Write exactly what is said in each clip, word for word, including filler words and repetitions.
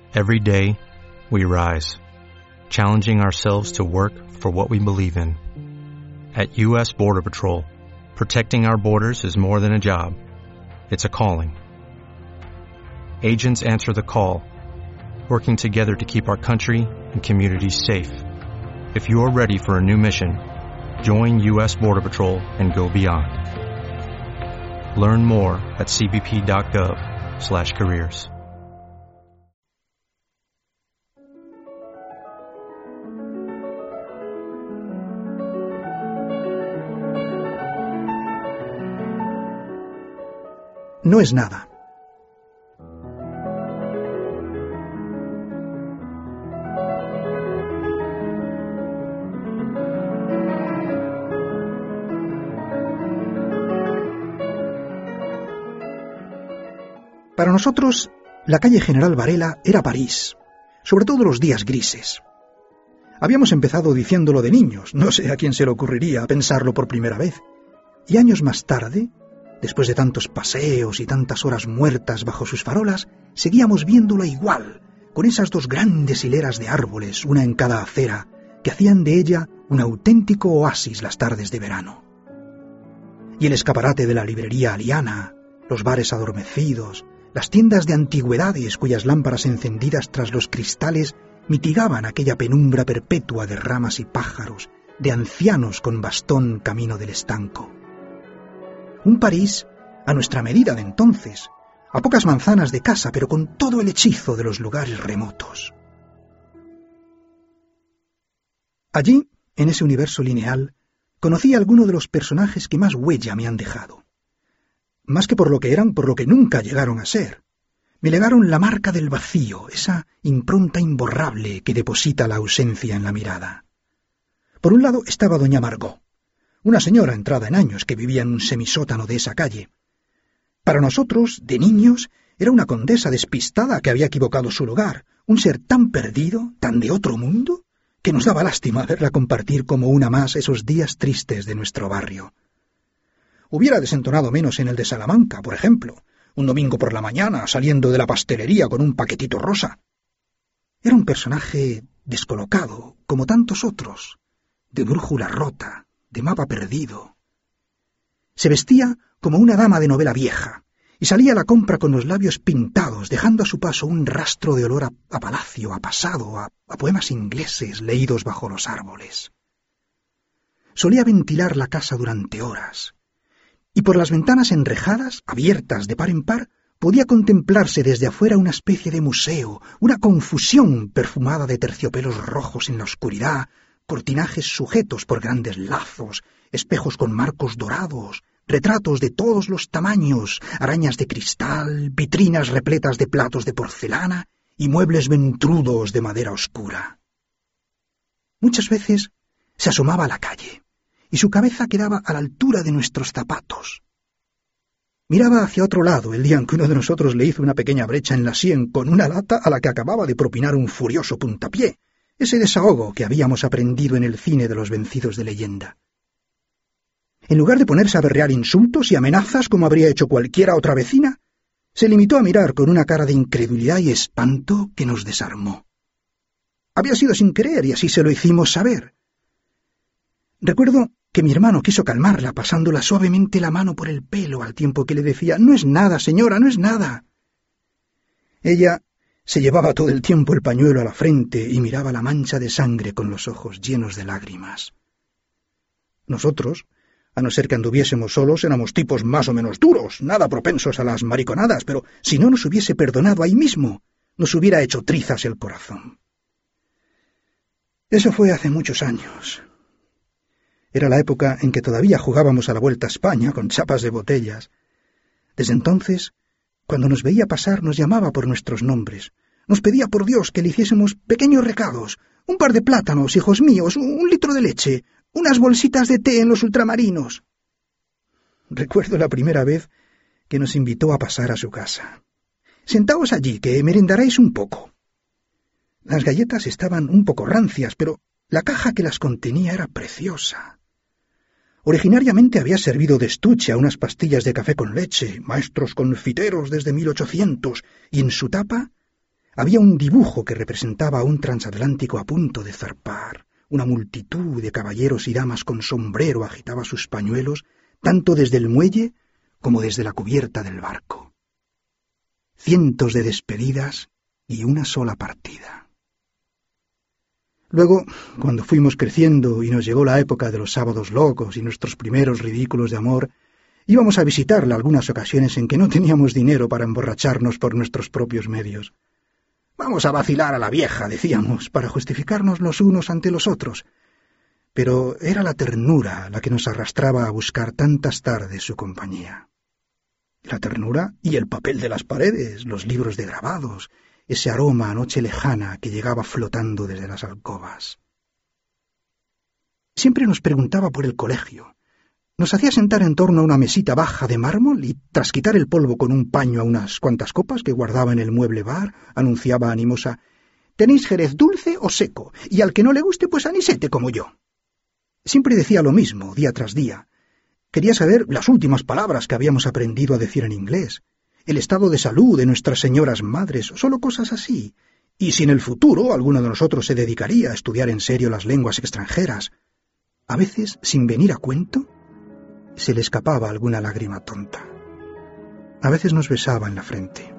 Every day, we rise, challenging ourselves to work for what we believe in. At U S Border Patrol, protecting our borders is more than a job. It's a calling. Agents answer the call, working together to keep our country and communities safe. If you are ready for a new mission, join U S Border Patrol and go beyond. Learn more at c b p dot gov slash careers. No es nada. Para nosotros, la calle General Varela era París, sobre todo los días grises. Habíamos empezado diciéndolo de niños, no sé a quién se le ocurriría pensarlo por primera vez. Y años más tarde, después de tantos paseos y tantas horas muertas bajo sus farolas, seguíamos viéndola igual, con esas dos grandes hileras de árboles, una en cada acera, que hacían de ella un auténtico oasis las tardes de verano. Y el escaparate de la librería Aliana, los bares adormecidos, las tiendas de antigüedades cuyas lámparas encendidas tras los cristales mitigaban aquella penumbra perpetua de ramas y pájaros, de ancianos con bastón camino del estanco. Un París a nuestra medida de entonces, a pocas manzanas de casa, pero con todo el hechizo de los lugares remotos. Allí, en ese universo lineal, conocí a alguno de los personajes que más huella me han dejado. Más que por lo que eran, por lo que nunca llegaron a ser. Me legaron la marca del vacío, esa impronta imborrable que deposita la ausencia en la mirada. Por un lado estaba doña Margot, una señora entrada en años que vivía en un semisótano de esa calle. Para nosotros, de niños, era una condesa despistada que había equivocado su lugar, un ser tan perdido, tan de otro mundo, que nos daba lástima verla compartir como una más esos días tristes de nuestro barrio. Hubiera desentonado menos en el de Salamanca, por ejemplo, un domingo por la mañana, saliendo de la pastelería con un paquetito rosa. Era un personaje descolocado, como tantos otros, de brújula rota, de mapa perdido. Se vestía como una dama de novela vieja, y salía a la compra con los labios pintados, dejando a su paso un rastro de olor a, a palacio, a pasado, a, a poemas ingleses leídos bajo los árboles. Solía ventilar la casa durante horas, y por las ventanas enrejadas, abiertas de par en par, podía contemplarse desde afuera una especie de museo, una confusión perfumada de terciopelos rojos en la oscuridad, cortinajes sujetos por grandes lazos, espejos con marcos dorados, retratos de todos los tamaños, arañas de cristal, vitrinas repletas de platos de porcelana y muebles ventrudos de madera oscura. Muchas veces se asomaba a la calle, y su cabeza quedaba a la altura de nuestros zapatos. Miraba hacia otro lado el día en que uno de nosotros le hizo una pequeña brecha en la sien con una lata a la que acababa de propinar un furioso puntapié, ese desahogo que habíamos aprendido en el cine de los vencidos de leyenda. En lugar de ponerse a berrear insultos y amenazas como habría hecho cualquiera otra vecina, se limitó a mirar con una cara de incredulidad y espanto que nos desarmó. Había sido sin querer y así se lo hicimos saber. Recuerdo que mi hermano quiso calmarla pasándola suavemente la mano por el pelo al tiempo que le decía: «No es nada, señora, no es nada». Ella se llevaba todo el tiempo el pañuelo a la frente y miraba la mancha de sangre con los ojos llenos de lágrimas. Nosotros, a no ser que anduviésemos solos, éramos tipos más o menos duros, nada propensos a las mariconadas, pero si no nos hubiese perdonado ahí mismo, nos hubiera hecho trizas el corazón. Eso fue hace muchos años. Era la época en que todavía jugábamos a la Vuelta a España con chapas de botellas. Desde entonces, cuando nos veía pasar, nos llamaba por nuestros nombres. Nos pedía por Dios que le hiciésemos pequeños recados, un par de plátanos, hijos míos, un litro de leche, unas bolsitas de té en los ultramarinos. Recuerdo la primera vez que nos invitó a pasar a su casa. «Sentaos allí, que merendaréis un poco». Las galletas estaban un poco rancias, pero la caja que las contenía era preciosa. Originariamente había servido de estuche a unas pastillas de café con leche, maestros confiteros desde mil ochocientos, y en su tapa Había un dibujo que representaba a un transatlántico a punto de zarpar. Una multitud de caballeros y damas con sombrero agitaba sus pañuelos, tanto desde el muelle como desde la cubierta del barco. Cientos de despedidas y una sola partida. Luego, cuando fuimos creciendo y nos llegó la época de los sábados locos y nuestros primeros ridículos de amor, íbamos a visitarla algunas ocasiones en que no teníamos dinero para emborracharnos por nuestros propios medios. Vamos a vacilar a la vieja, decíamos, para justificarnos los unos ante los otros. Pero era la ternura la que nos arrastraba a buscar tantas tardes su compañía. La ternura y el papel de las paredes, los libros de grabados, ese aroma a noche lejana que llegaba flotando desde las alcobas. Siempre nos preguntaba por el colegio. Nos hacía sentar en torno a una mesita baja de mármol y, tras quitar el polvo con un paño a unas cuantas copas que guardaba en el mueble bar, anunciaba animosa: «¿Tenéis jerez dulce o seco? Y al que no le guste, pues anisete como yo». Siempre decía lo mismo, día tras día. Quería saber las últimas palabras que habíamos aprendido a decir en inglés, el estado de salud de nuestras señoras madres, solo cosas así, y si en el futuro alguno de nosotros se dedicaría a estudiar en serio las lenguas extranjeras. A veces, sin venir a cuento, se le escapaba alguna lágrima tonta. A veces nos besaba en la frente.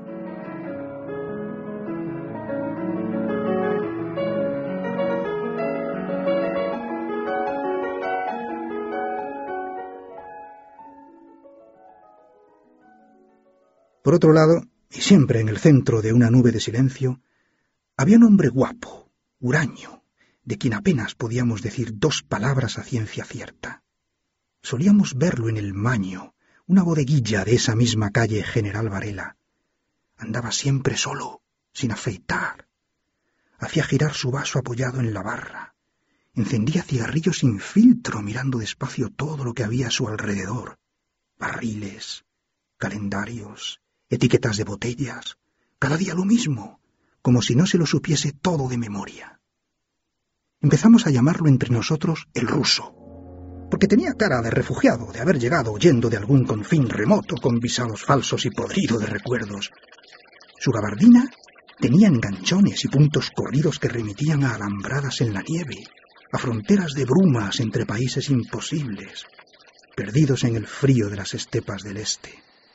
Por otro lado, y siempre en el centro de una nube de silencio, había un hombre guapo, huraño, de quien apenas podíamos decir dos palabras a ciencia cierta. Solíamos verlo en el Maño, una bodeguilla de esa misma calle General Varela. Andaba siempre solo, sin afeitar. Hacía girar su vaso apoyado en la barra. Encendía cigarrillos sin filtro, mirando despacio todo lo que había a su alrededor. Barriles, calendarios, etiquetas de botellas, cada día lo mismo, como si no se lo supiese todo de memoria. Empezamos a llamarlo entre nosotros el ruso, porque tenía cara de refugiado, de haber llegado huyendo de algún confín remoto con visados falsos y podrido de recuerdos. Su gabardina tenía enganchones y puntos corridos que remitían a alambradas en la nieve, a fronteras de brumas entre países imposibles, perdidos en el frío de las estepas del este.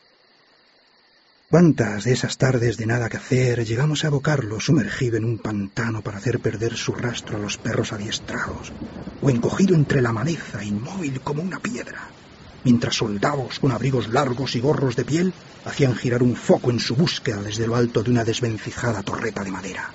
¿Cuántas de esas tardes de nada que hacer llegamos a abocarlo sumergido en un pantano para hacer perder su rastro a los perros adiestrados, o encogido entre la maleza, inmóvil como una piedra, mientras soldados con abrigos largos y gorros de piel hacían girar un foco en su búsqueda desde lo alto de una desvencijada torreta de madera?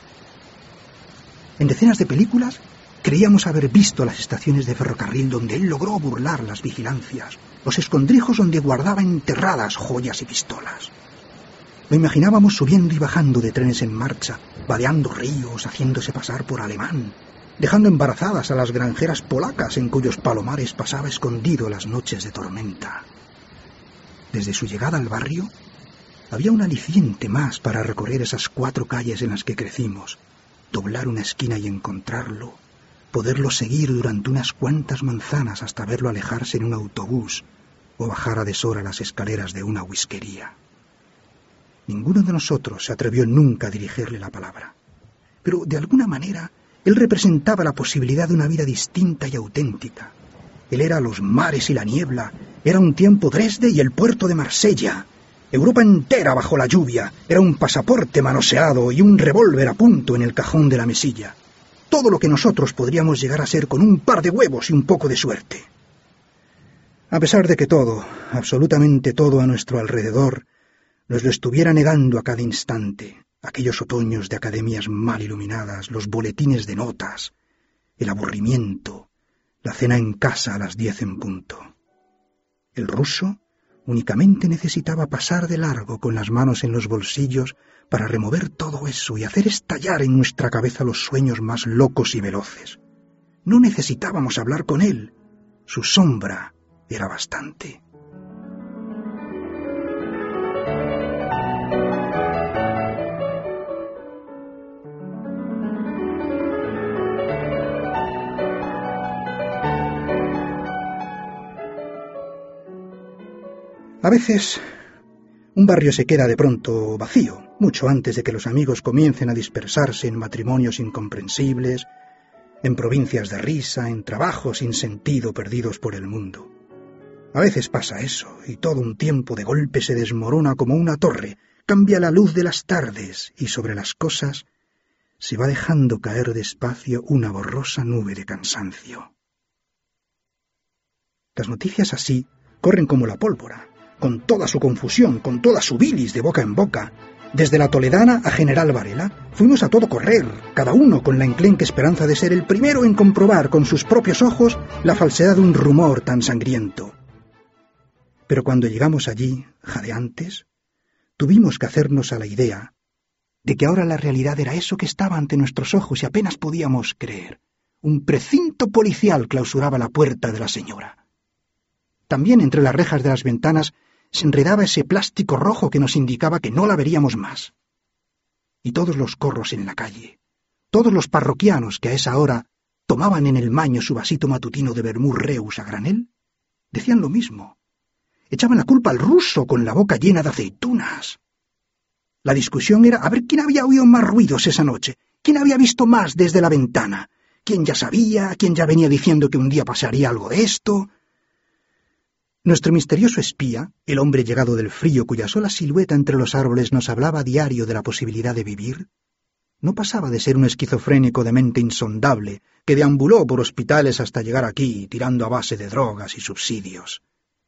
En decenas de películas creíamos haber visto las estaciones de ferrocarril donde él logró burlar las vigilancias, los escondrijos donde guardaba enterradas joyas y pistolas. Lo imaginábamos subiendo y bajando de trenes en marcha, vadeando ríos, haciéndose pasar por alemán, dejando embarazadas a las granjeras polacas en cuyos palomares pasaba escondido las noches de tormenta. Desde su llegada al barrio, había un aliciente más para recorrer esas cuatro calles en las que crecimos, doblar una esquina y encontrarlo, poderlo seguir durante unas cuantas manzanas hasta verlo alejarse en un autobús o bajar a deshora las escaleras de una whiskería. Ninguno de nosotros se atrevió nunca a dirigirle la palabra, pero de alguna manera él representaba la posibilidad de una vida distinta y auténtica. Él era los mares y la niebla, era un tiempo Dresde y el puerto de Marsella, Europa entera bajo la lluvia, era un pasaporte manoseado y un revólver a punto en el cajón de la mesilla. Todo lo que nosotros podríamos llegar a ser con un par de huevos y un poco de suerte. A pesar de que todo, absolutamente todo a nuestro alrededor, nos lo estuviera negando a cada instante, aquellos otoños de academias mal iluminadas, los boletines de notas, el aburrimiento, la cena en casa a las diez en punto. El ruso únicamente necesitaba pasar de largo con las manos en los bolsillos para remover todo eso y hacer estallar en nuestra cabeza los sueños más locos y veloces. No necesitábamos hablar con él, su sombra era bastante. A veces, un barrio se queda de pronto vacío, mucho antes de que los amigos comiencen a dispersarse en matrimonios incomprensibles, en provincias de risa, en trabajos sin sentido perdidos por el mundo. A veces pasa eso, y todo un tiempo de golpe se desmorona como una torre, cambia la luz de las tardes, y sobre las cosas se va dejando caer despacio una borrosa nube de cansancio. Las noticias así corren como la pólvora, con toda su confusión, con toda su bilis de boca en boca. Desde la Toledana a General Varela fuimos a todo correr, cada uno con la enclenque esperanza de ser el primero en comprobar con sus propios ojos la falsedad de un rumor tan sangriento. Pero cuando llegamos allí, jadeantes, tuvimos que hacernos a la idea de que ahora la realidad era eso que estaba ante nuestros ojos y apenas podíamos creer. Un precinto policial clausuraba la puerta de la señora. También entre las rejas de las ventanas se enredaba ese plástico rojo que nos indicaba que no la veríamos más. Y todos los corros en la calle, todos los parroquianos que a esa hora tomaban en el maño su vasito matutino de vermú Reus a granel, decían lo mismo. Echaban la culpa al ruso con la boca llena de aceitunas. La discusión era a ver quién había oído más ruidos esa noche, quién había visto más desde la ventana, quién ya sabía, quién ya venía diciendo que un día pasaría algo de esto. Nuestro misterioso espía, el hombre llegado del frío cuya sola silueta entre los árboles nos hablaba a diario de la posibilidad de vivir, no pasaba de ser un esquizofrénico de mente insondable que deambuló por hospitales hasta llegar aquí tirando a base de drogas y subsidios.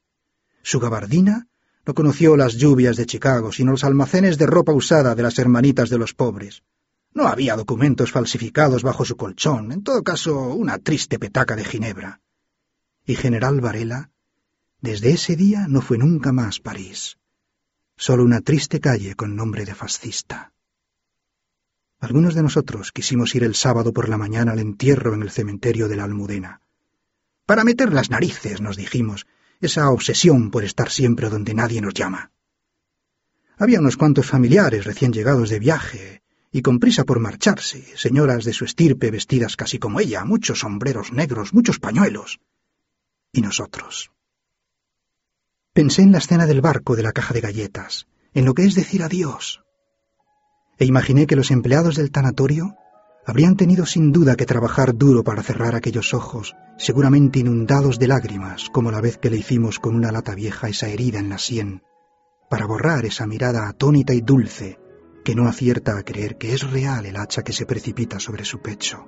Su gabardina no conoció las lluvias de Chicago, sino los almacenes de ropa usada de las hermanitas de los pobres. No había documentos falsificados bajo su colchón, en todo caso una triste petaca de Ginebra. Y General Varela, desde ese día no fue nunca más París, solo una triste calle con nombre de fascista. Algunos de nosotros quisimos ir el sábado por la mañana al entierro en el cementerio de la Almudena. Para meter las narices, nos dijimos, esa obsesión por estar siempre donde nadie nos llama. Había unos cuantos familiares recién llegados de viaje y con prisa por marcharse, señoras de su estirpe vestidas casi como ella, muchos sombreros negros, muchos pañuelos. Y nosotros. Pensé en la escena del barco de la caja de galletas, en lo que es decir adiós. E imaginé que los empleados del tanatorio habrían tenido sin duda que trabajar duro para cerrar aquellos ojos, seguramente inundados de lágrimas, como la vez que le hicimos con una lata vieja esa herida en la sien, para borrar esa mirada atónita y dulce que no acierta a creer que es real el hacha que se precipita sobre su pecho.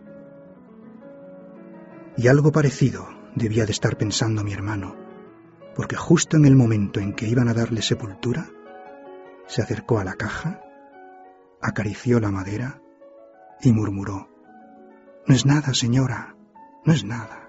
Y algo parecido debía de estar pensando mi hermano, porque justo en el momento en que iban a darle sepultura, se acercó a la caja, acarició la madera y murmuró: «No es nada, señora, no es nada».